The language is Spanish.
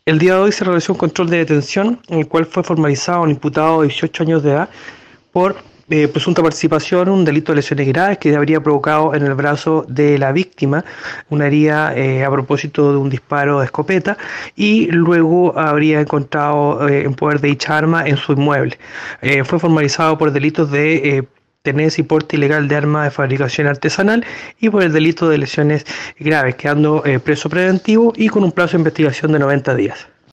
El día de hoy se realizó un control de detención en el cual fue formalizado un imputado de 18 años de edad por presunta participación en un delito de lesiones graves que habría provocado en el brazo de la víctima una herida a propósito de un disparo de escopeta y luego habría encontrado en poder de dicha arma en su inmueble. Fue formalizado por delitos de tenencia y porte ilegal de armas de fabricación artesanal y por el delito de lesiones graves, quedando preso preventivo y con un plazo de investigación de 90 días.